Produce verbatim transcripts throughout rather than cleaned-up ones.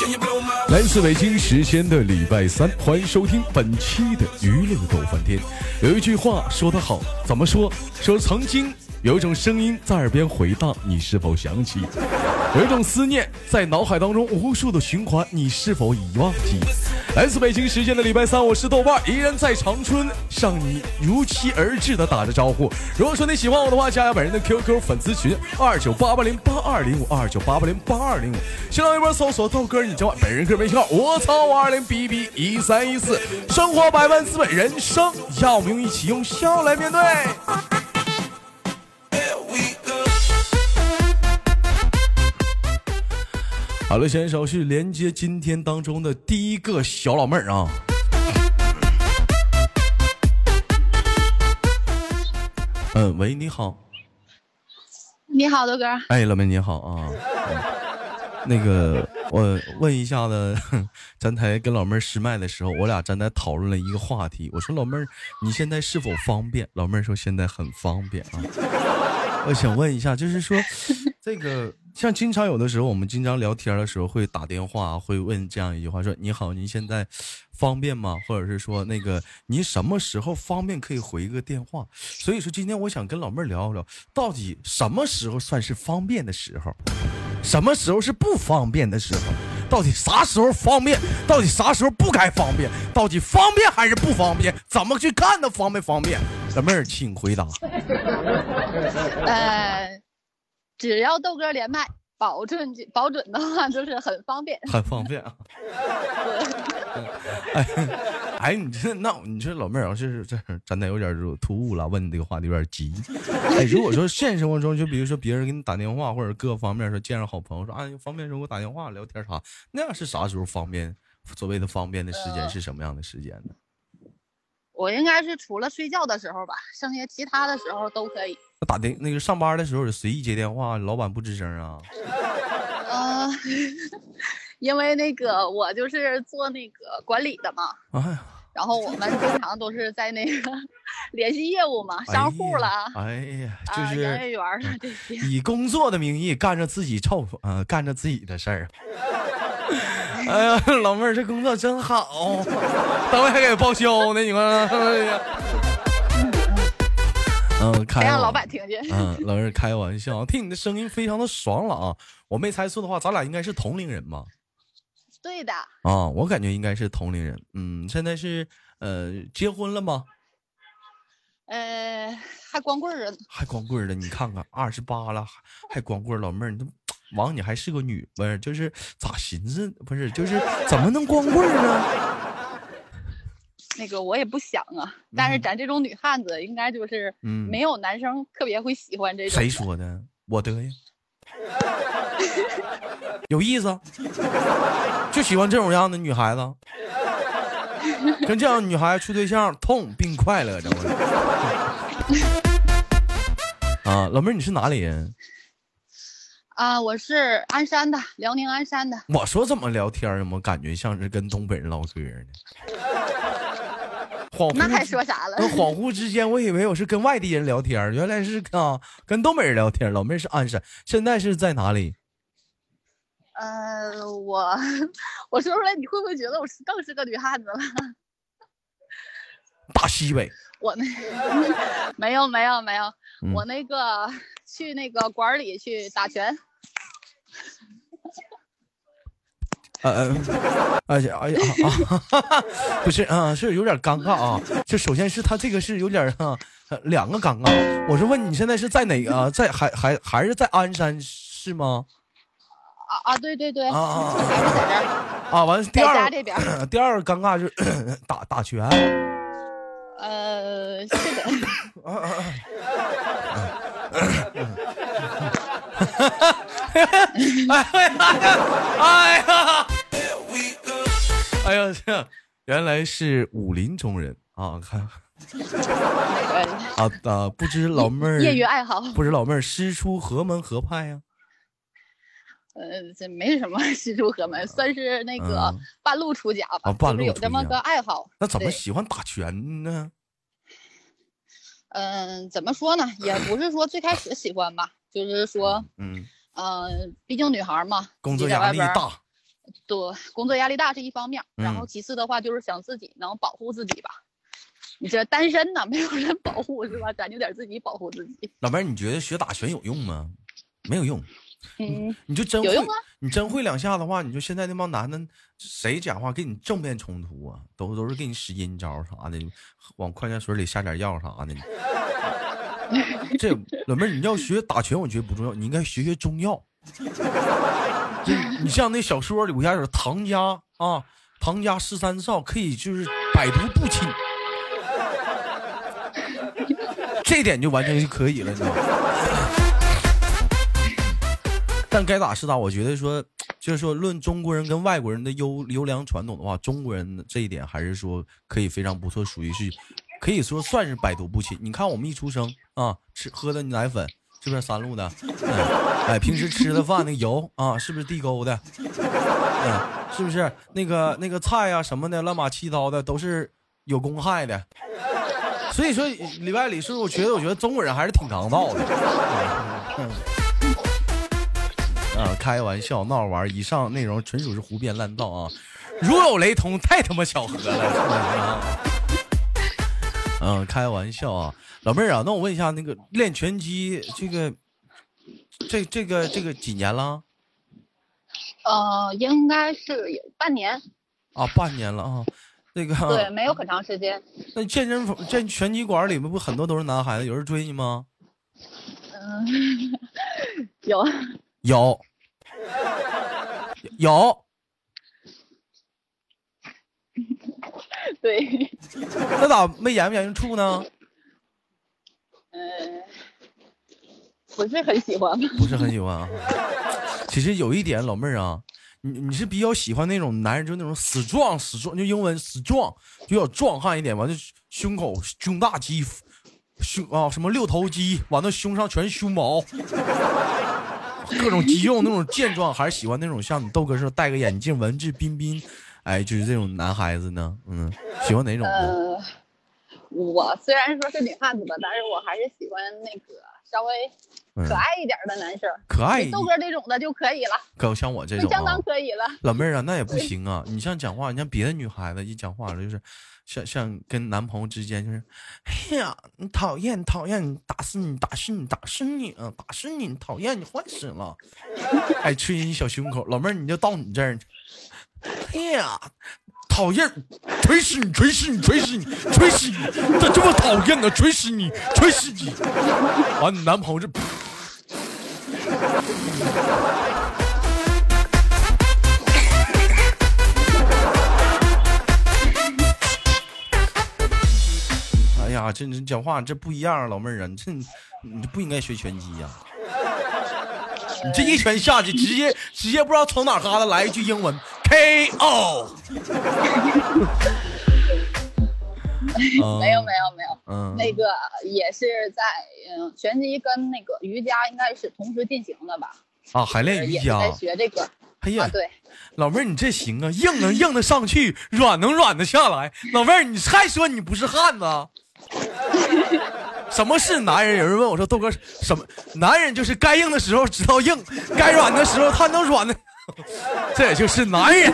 来自北京时间的礼拜三，欢迎收听本期的娱乐逗翻天。有一句话说得好，怎么说？说曾经有一种声音在耳边回荡，你是否想起？有一种思念在脑海当中无数的循环，你是否已忘记？来自北京时间的礼拜三，我是豆瓣，依然在长春向你如期而至的打着招呼。如果说你喜欢我的话，加下本人的 Q Q 粉丝群二九八八零八二零五二九八八零八二零五，新浪微博搜索豆哥你真坏，本人个人微信号我操五二零 B B 一三一四。生活百般滋味，人生要我们用一起用笑来面对。好了，先手是连接今天当中的第一个小老妹儿啊。嗯，喂，你好。 你好，豆哥。 哎，老妹你好啊。嗯、那个，我问一下子，咱台跟老妹儿试麦的时候，我俩站在讨论了一个话题。我说老妹儿，你现在是否方便？老妹儿说现在很方便啊。我想问一下，就是说，这个像经常有的时候，我们经常聊天的时候会打电话，会问这样一句话，说你好，您现在方便吗？或者是说那个您什么时候方便可以回个电话？所以说今天我想跟老妹儿聊一聊，到底什么时候算是方便的时候，什么时候是不方便的时候，到底啥时候方便，到底啥时候不该方便，到底方便还是不方便，怎么去看它方不方便？老妹儿请回答。 呃，只要豆哥连麦，保准保准的话就是很方便， 很方便啊。哎哎，你这那你这老妹儿要是这真的有点突兀了，问你这个话题有点急。哎，如果说现实生活中，就比如说别人给你打电话，或者各方面说见着好朋友说啊方便时候给我打电话聊天啥，那样是啥时候方便？所谓的方便的时间是什么样的时间呢？ 我应该是除了睡觉的时候吧，剩下其他的时候都可以。 打电那个上班的时候随意接电话，老板不吱声啊？ 呃，因为那个我就是做那个管理的嘛，哎、然后我们经常都是在那个联系业务嘛，商户了， 哎呀，就是、 呃、营业员了这些， 以工作的名义干着自己臭呃干着自己的事儿。哎呀，老妹儿这工作真好，单位还给报销呢，你看。嗯，开让老板听见。 嗯，老妹儿开玩笑，听你的声音非常的爽朗啊！我没猜错的话，咱俩应该是同龄人吧？ 对的。 啊，我感觉应该是同龄人。嗯，现在是呃结婚了吗？ 呃，还光棍儿呢。还光棍儿了，你看看，二十八了还光棍儿，老妹儿你都。王，你还是个女，不是就是咋寻思？不是就是怎么能光棍呢？ 那个我也不想啊，但是咱这种女汉子应该就是没有男生特别会喜欢这种。 谁说的？我的呀，有意思，就喜欢这种样的女孩子，跟这样的女孩子处对象，痛并快乐着。啊，老妹儿，你是哪里人？ 啊、呃，我是安山的，辽宁安山的。 我说怎么聊天有没有感觉像是跟东北人唠嗑呢？恍惚那还说啥了？ 恍惚之间，我以为我是跟外地人聊天，原来是啊跟东北人聊天。老妹是安山，现在是在哪里？ 呃，我我说出来，你会不会觉得我是更是个女汉子了？ 大西北。 我那没有没有没有，嗯、我那个去那个馆里去打拳。 呃呃，而且哎呀啊，不是啊，是有点尴尬啊。就首先是他这个是有点啊，两个尴尬。我是问你现在是在哪个、啊？在还还还是在鞍山是吗？ 啊啊，对对对， 啊啊， 还是在这儿啊。完第二家这边， 第二个尴尬就是打打拳。 呃，是的。 啊啊啊！哎呀，哎呀，这原来是武林中人啊！看啊啊，不知老妹儿业余爱好， 不知老妹儿师出何门何派呀？ 呃，这没什么师出何门，算是那个半路出家吧， 啊，半路有这么个爱好。 那怎么喜欢打拳呢？ 嗯、呃，怎么说呢？也不是说最开始喜欢吧，就是说，嗯，呃，毕竟女孩嘛， 工作压力大。 对，工作压力大是一方面， 嗯、 然后其次的话就是想自己能保护自己吧。你这单身呢，没有人保护是吧？咱就得自己保护自己。 老妹儿，你觉得学打拳有用吗？没有用。 嗯， 你就真会， 有用啊！ 你真会两下的话，你说现在那帮男的谁讲话跟你正面冲突啊？都都是给你使阴招啥的，往矿泉水里下点药啥的。这老妹儿，你要学打拳，我觉得不重要，你应该学学中药。你像那小说里，我家有唐家啊，唐家十三少可以就是百毒不侵，这点就完全就可以了，你知道吗？但该打是打，我觉得说，就是说，论中国人跟外国人的优优良传统的话，中国人这一点还是说可以非常不错，属于是，可以说算是百毒不侵。你看我们一出生啊，吃喝的奶粉是不是三鹿的？嗯，哎，平时吃的饭那个油啊，是不是地沟的？嗯，是不是那个那个菜啊什么的乱码七糟的都是有公害的？所以说里外里是，我觉得我觉得中国人还是挺抗造的。嗯。啊，开玩笑，闹玩，以上内容纯属是胡编乱造啊！如有雷同，太他妈巧合了。嗯，开玩笑啊，老妹儿啊，那我问一下，那个练拳击，这个，这这个这个几年了？ 呃，应该是有半年。 啊，半年了啊，那个对，没有很长时间。 那健身房、健拳击馆里面不很多都是男孩子，有人追你吗？ 嗯，有。 有，有， 对， 那咋没研不研究处呢？ 嗯，不是很喜欢吧？ 不是很喜欢啊。其实有一点，老妹儿啊，你你是比较喜欢那种男人，就那种死壮死壮，就英文死壮，就要壮汉一点，完了胸口胸大肌，胸啊什么六头肌，完了胸上全胸毛。各种肌肉那种健壮，还是喜欢那种像你豆哥说戴个眼镜文质彬彬，哎，就是这种男孩子呢？嗯，喜欢哪种呢？ 呃，我虽然说是女汉子吧，但是我还是喜欢那个稍微可爱一点的男生，嗯、 可爱豆哥这种的就可以了。 可像我这种、啊， 相当可以了。 老妹儿啊，那也不行啊！你像讲话，你像别的女孩子一讲话就是。像像跟男朋友之间就是，哎呀，你讨厌讨厌你打死你打死你打死你啊打死你讨厌你坏死了，哎吹你小胸口，老妹儿你就到你这儿，哎呀讨厌，锤死你锤死你锤死你锤死你，咋这么讨厌呢？锤死你锤死你，完你男朋友就。哎呀，这你讲话这不一样，老妹儿啊，你这你不应该学拳击呀、啊！你这一拳下去，直接直接不知道从哪嘎达来一句英文 K O。 没有没有没有， 嗯， 那个也是在嗯拳击跟那个瑜伽应该是同时进行的吧？ 啊，还练瑜伽， 在学这个。 哎呀， 啊、对， 老妹儿你这行啊，硬能硬得上去，软能软得下来。老妹儿你还说你不是汉子？什么是男人？有人问我说豆哥，什么男人就是该硬的时候知道硬，该软的时候他能软的，这也就是男人。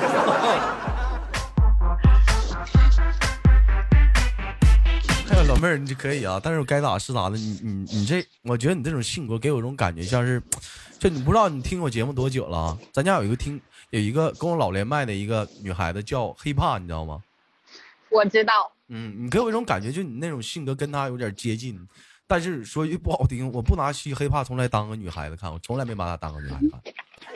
哎呀，老妹儿你就可以啊，但是该打是打的。你你你这，我觉得你这种性格给我一种感觉，像是，就你不知道你听我节目多久了啊？咱家有一个听有一个跟我老连麦的一个女孩子叫黑怕，你知道吗？ 我知道。 嗯，你给我一种感觉，就你那种性格跟她有点接近，但是说句不好听，我不拿西黑怕从来当个女孩子看，我从来没把她当个女孩子看。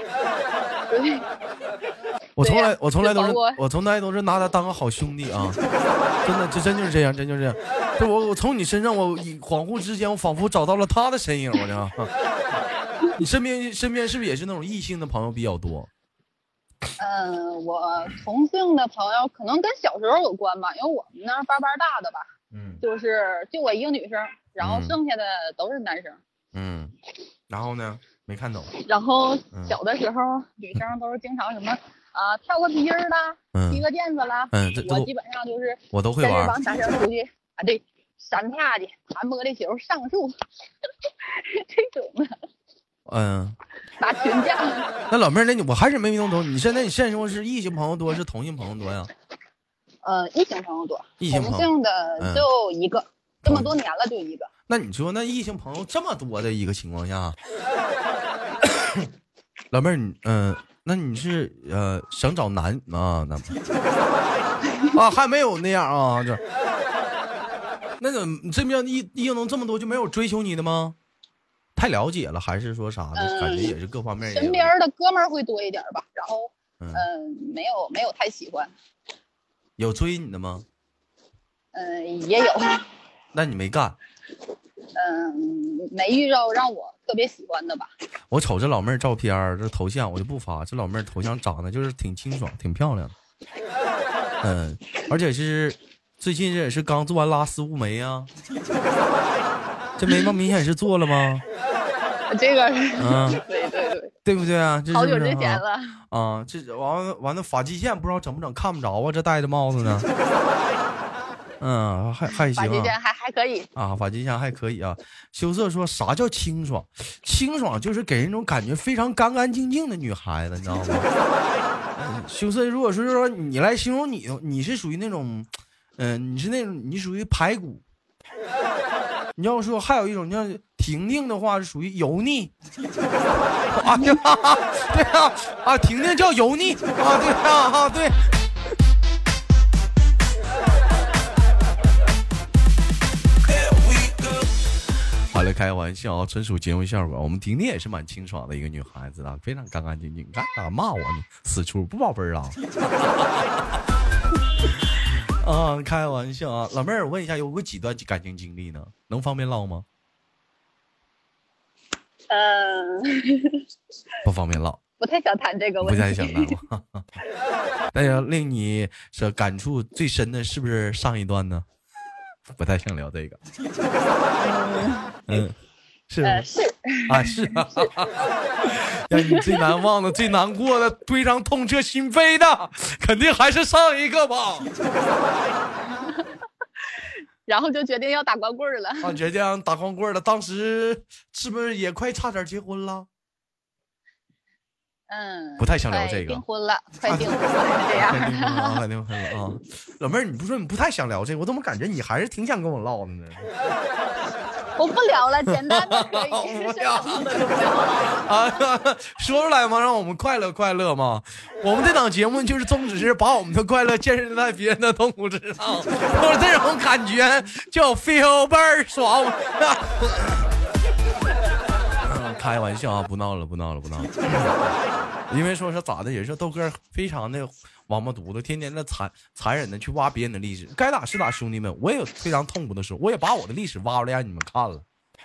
我从来我从来都是我从来都是拿她当个好兄弟啊，真的，这真就是这样，真就是这样。就我我从你身上，我恍惚之间，我仿佛找到了她的身影，我这。你身边身边是不是也是那种异性的朋友比较多？ 嗯，我同性的朋友可能跟小时候有关吧，因为我们那儿班班大的吧，嗯，就是就我一个女生，然后剩下的都是男生， 嗯，然后呢，没看懂。 然后小的时候，嗯、女生都是经常什么啊、呃、跳个皮筋儿啦，踢、嗯、个毽子啦， 嗯， 我基本上就是我都会玩， 帮男生出去啊，对，山下去弹玻璃球、上树这种的。 嗯， 打群架。 那老妹儿，那你我还是没弄懂，你现在你现实中是异性朋友多是同性朋友多呀？ 呃，异性朋友多， 异性朋友同性的就一个，嗯、这么多年了就一个。 那你说，那异性朋友这么多的一个情况下，老妹儿，你嗯、呃，那你是呃想找男啊男啊还没有那样啊这，那怎么这边异异性能这么多就没有追求你的吗？太了解了，还是说啥的？嗯、感觉也是各方面。 身边的哥们儿会多一点吧，然后嗯、呃，没有没有太喜欢。 有追你的吗？ 嗯、呃，也有。 那你没干？ 嗯，没遇到让我特别喜欢的吧。 我瞅这老妹儿照片，这头像我就不发。这老妹儿头像长得就是挺清爽，挺漂亮的。嗯，而且是最近这也是刚做完拉丝雾眉啊。这眉毛明显是做了吗？ 这个是，嗯，对对对， 对不对啊？这是好久之前了啊！这完完了，发际线不知道整不整，看不着啊！这戴着帽子呢。嗯，还还行、啊， 发际线还还可以啊，发际线还可以啊。羞涩说啥叫清爽？清爽就是给人一种感觉非常干干净净的女孩子，你知道吗？嗯、羞涩，如果说说你来形容你，你是属于那种，嗯、呃，你是那种你属于排骨。你要说还有一种像婷婷的话是属于油腻啊，对啊，对啊，啊，婷婷叫油腻啊，对啊，啊对。好了，开玩笑，纯属节目效果。我们婷婷也是蛮清爽的一个女孩子啊，非常干干净净。干啥骂我呢？死处不宝贝儿啊！啊，开玩笑啊，老妹儿，我问一下，有过几段感情经历呢？能方便唠吗？ 嗯， 不方便唠， 不太想谈这个问题， 不太想谈吗？那要令你是感触最深的，是不是上一段呢？不太想聊这个。嗯，是、 呃、是啊，是啊，让你最难忘的、最难过的、非常痛彻心扉的，肯定还是上一个吧。 然后就决定要打光棍了。 啊，决定打光棍了。当时是不是也快差点结婚了？ 嗯， 不太想聊这个。 订婚了，快订婚了，这样。 快订婚了，快订婚了啊！老妹儿，你不说你不太想聊这个，我怎么感觉你还是挺想跟我唠的呢？ 我不聊了，简单的可以，深层的就不聊了啊！说出来嘛，让我们快乐快乐嘛。我们这档节目就是宗旨是把我们的快乐建设在别人的痛苦之上，有这种感觉就 feel 倍儿爽。开玩笑啊，不闹了，不闹了，不闹了。因为说是咋的，也是豆哥非常的王八犊子，天天的残残忍的去挖别人的历史，该打是打，兄弟们，我也有非常痛苦的时候，我也把我的历史挖出来让你们看了，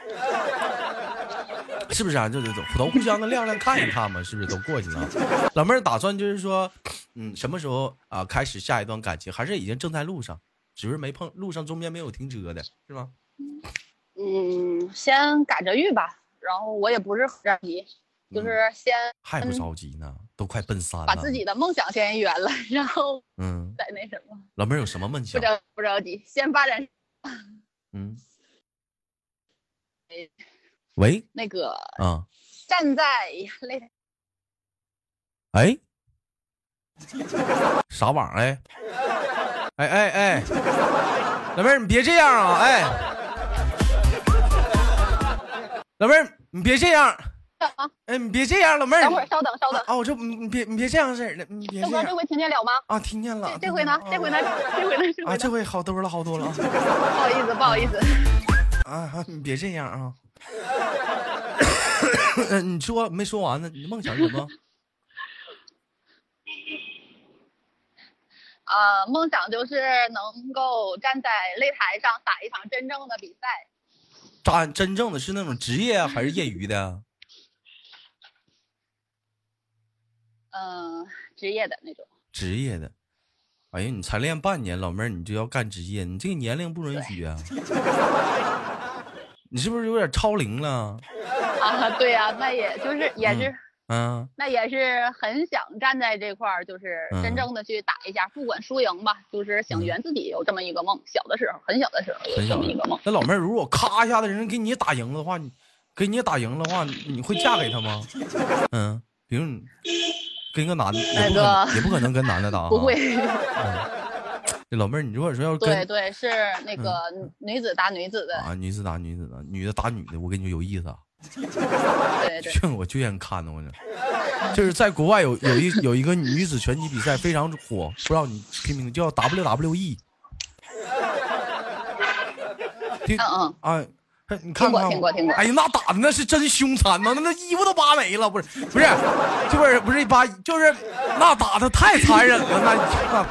是不是啊？就就都互相的亮亮看一看嘛，是不是都过去了？老妹儿打算就是说，嗯，什么时候啊开始下一段感情，还是已经正在路上，只是没碰路上中间没有停车的，是吗？ 嗯，先赶着遇吧。然后我也不是很着急，就是先、嗯、 还不着急呢，都快奔三了， 把自己的梦想先圆了，然后嗯再那什么。 老妹儿有什么梦想？ 不着不着急，先发展。 嗯。喂。 那个啊， 站在擂台。 哎。啥网哎？哎哎哎，老妹儿你别这样啊！哎。老妹儿，你别这样，哎，你别这样，老妹儿。 等会儿，稍等，稍等。 啊，我这你别你别这样式的，你别这样。 这回听见了吗？ 啊，听见了。 这回呢？这回呢？这回呢？这回啊，这回好多了，好多了。 不好意思，不好意思。 啊，你别这样啊。你说没说完呢？你的梦想是什么？ 啊，梦想就是能够站在擂台上打一场真正的比赛。 打真正的是那种职业还是业余的？ 嗯、呃，职业的那种。 职业的。哎呀，你才练半年，老妹儿你就要干职业，你这个年龄不允许啊！你是不是有点超龄了？ 啊，对呀、啊，那也就是也是。 嗯嗯， 那也是很想站在这块儿，就是真正的去打一下，嗯、不管输赢吧，就是想圆自己有这么一个梦。小的时候，很小的时候有这么一个梦。 那老妹儿，如果咔一下子人给你打赢了的话，你给你打赢的话，你会嫁给他吗？嗯，比如你跟个男的，也不可能，也不可能跟男的打， 不会。 这老妹儿，你如果说要对对是那个女子打女子的啊，女子打女子的，女的打女的，我跟你说有意思啊。 对对， 劝我就愿意看呢，我这就是在国外有有一有一个女子拳击比赛非常火，不知道你听没听，叫 W W E。 嗯嗯啊，你看看， 听过听过听过。 哎呀，那打的那是真凶残呐，那那衣服都扒没了，不是不是，就是不是扒，就是那打的太残忍了，那那。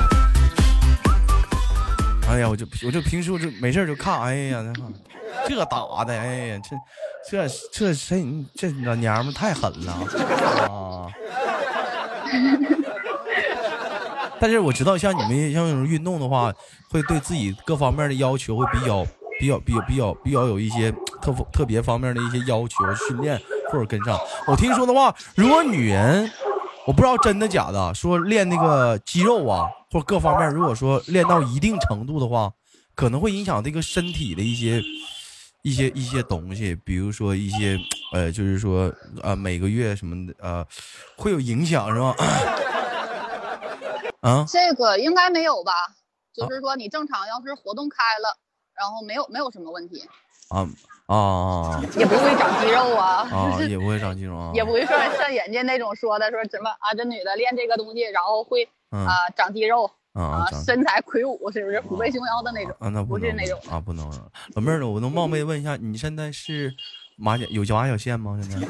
哎呀，我就我就平时我就没事就看，哎呀，这打的，哎呀，这这这谁这老娘们太狠了啊！但是我知道，像你们像这种运动的话，会对自己各方面的要求会比较比较比较比较比较有一些特特别方面的一些要求训练或者跟上。我听说的话，如果女人，我不知道真的假的，说练那个肌肉啊，或者各方面，如果说练到一定程度的话，可能会影响这个身体的一些一些一些东西，比如说一些呃，就是说呃每个月什么的呃，会有影响是吧？啊， 这个应该没有吧？就是说你正常要是活动开了，然后没有没有什么问题。 啊啊， 也不会长肌肉啊， 啊也不会长肌肉啊， 也不会说像人家那种说的说什么啊，这女的练这个东西，然后会、嗯、啊长肌肉啊，身材魁梧，是不是虎背熊腰的那种？ 啊，那不是那种啊，不能。老妹儿，我能冒昧问一下，你现在是马甲有马甲线吗？现在？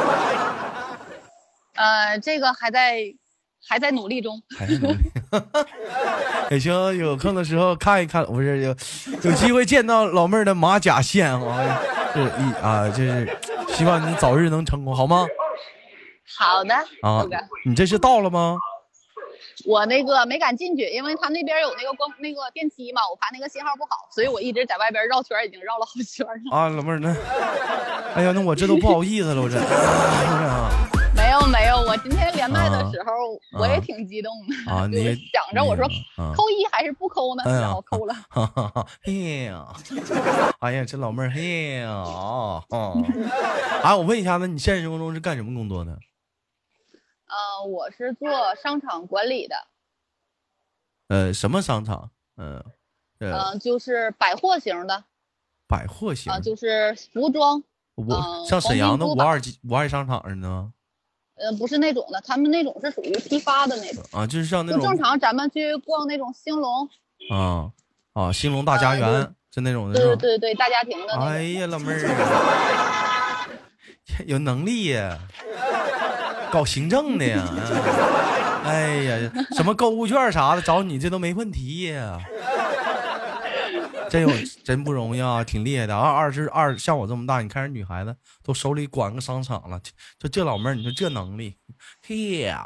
呃，这个还在还在努力中， 还在努力。也行，有空的时候看一看，不是有有机会见到老妹儿的马甲线啊，这一啊，就是希望你早日能成功，好吗？ 好的啊，你这是到了吗？ 我那个没敢进去，因为他那边有那个光那个电梯嘛，我怕那个信号不好，所以我一直在外边绕圈，已经绕了好圈了。 啊，老妹儿，那，哎呀，那我这都不好意思了，我这。 没有没有，我今天连麦的时候、啊、我也挺激动的啊，你想着我说、啊、扣一还是不扣呢，哎、然后扣了。 哈哈哈，嘿呀，哎呀，这老妹儿嘿呀啊啊！啊，我问一下，那你现实生活中是干什么工作的？ 呃，我是做商场管理的。 呃，什么商场？嗯、 呃，呃，就是百货型的。 百货型啊、 呃，就是服装。 我、 呃、 像沈阳的五二五二商场呢？ 呃，不是那种的，他们那种是属于批发的那种啊，就是像那种就正常咱们去逛那种兴隆啊啊，兴隆大家园、呃、是那种的， 对对对，大家庭的。 哎呀，老妹儿有能力呀，搞行政的呀，哎呀，什么购物券啥的，找你这都没问题呀。真有真不容易啊，挺厉害的。二二十二，像我这么大，你看人女孩子都手里管个商场了，就这老妹儿，你说这能力，嘿呀！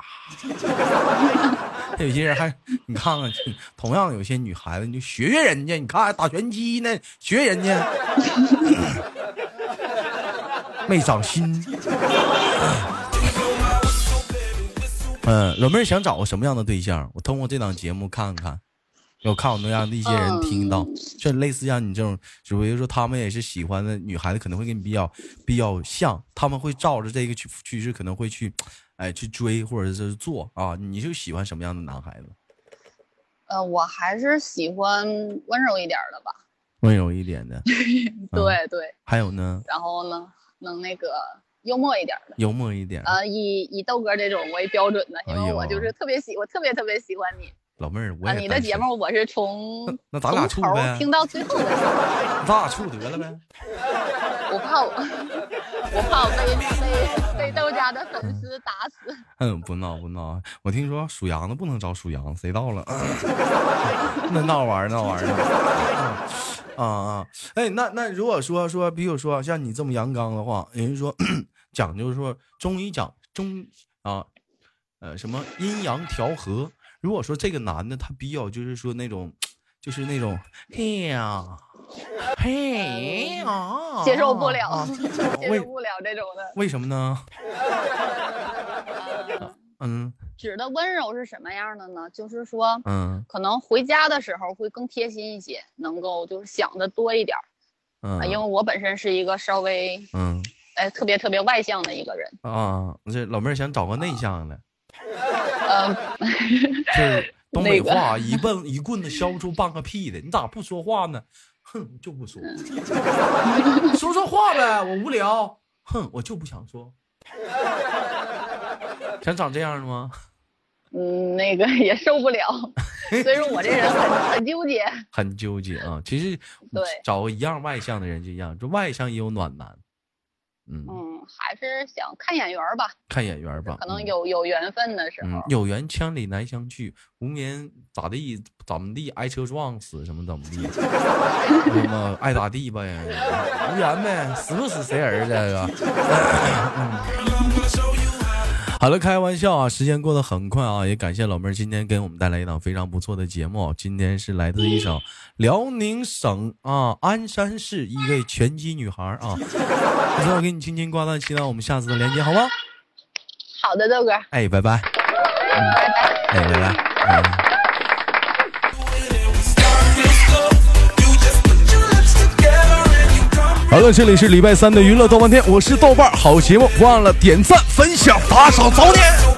有些人还你看看，同样有些女孩子，你就学学人家，你看打拳击呢，学人家，没长心。嗯，老妹儿想找个什么样的对象？我通过这档节目看看。有看我们让一些人听到，就、嗯、类似像你这种，就比如说他们也是喜欢的女孩子，可能会跟你比较比较像，他们会照着这个趋势，可能会去，哎，去追或者是做啊。你就喜欢什么样的男孩子？ 呃，我还是喜欢温柔一点的吧。 温柔一点的， 对、嗯、对。 还有呢？ 然后呢，能那个幽默一点的。 幽默一点。 呃，以以豆哥这种为标准的，因为我就是特别喜，我特别特别喜欢你。 老妹儿，我也、啊、你的节目我是从那咱俩处呗， 听到最后的， 咱俩处得了呗。 我怕我，我怕我被被被豆家的粉丝打死。 嗯，不闹不闹，我听说属羊的不能找属羊，谁到了？那闹玩闹玩呢？啊啊！哎，那那如果说说，比如说像你这么阳刚的话，人家说讲究说中医讲中啊，呃什么阴阳调和。如果说这个男的他比较就是说那种，就是那种嘿呀，嘿呀， 接受不了，啊、接受不了这种的。 为什么呢？ 呃、 嗯， 指的温柔是什么样的呢？就是说， 嗯， 可能回家的时候会更贴心一些，能够就是想的多一点。 嗯， 因为我本身是一个稍微嗯，哎，特别特别外向的一个人啊。这老妹儿想找个内向的， 嗯， 就是东北话，一棍一棍子削不出半个屁的，你咋不说话呢？哼，就不说，说说话呗，我无聊。哼，我就不想说。想长这样的吗？ 嗯，那个也受不了，所以说我这人很很纠结， 很纠结啊。其实对， 找个一样外向的人就一样，这外向也有暖男。嗯嗯，还是想看眼缘吧， 看眼缘吧， 可能有有缘分的时候， 嗯，有缘千里来相聚，无缘咋地怎么地，挨车撞死什么怎么地，什么爱咋地吧呀，无缘呗，死不死谁儿这个。好了，开玩笑啊，时间过得很快啊，也感谢老妹儿今天给我们带来一档非常不错的节目。今天是来自一首辽宁省啊鞍山市一位拳击女孩啊，不知道给你轻轻挂断，期待我们下次的连接，好吗？ 好的，豆哥。 哎，拜拜。嗯， 拜拜。 哎，拜拜。嗯。好了，这里是礼拜三的娱乐豆瓣天，我是豆瓣，好节目不忘了点赞分享打赏早点。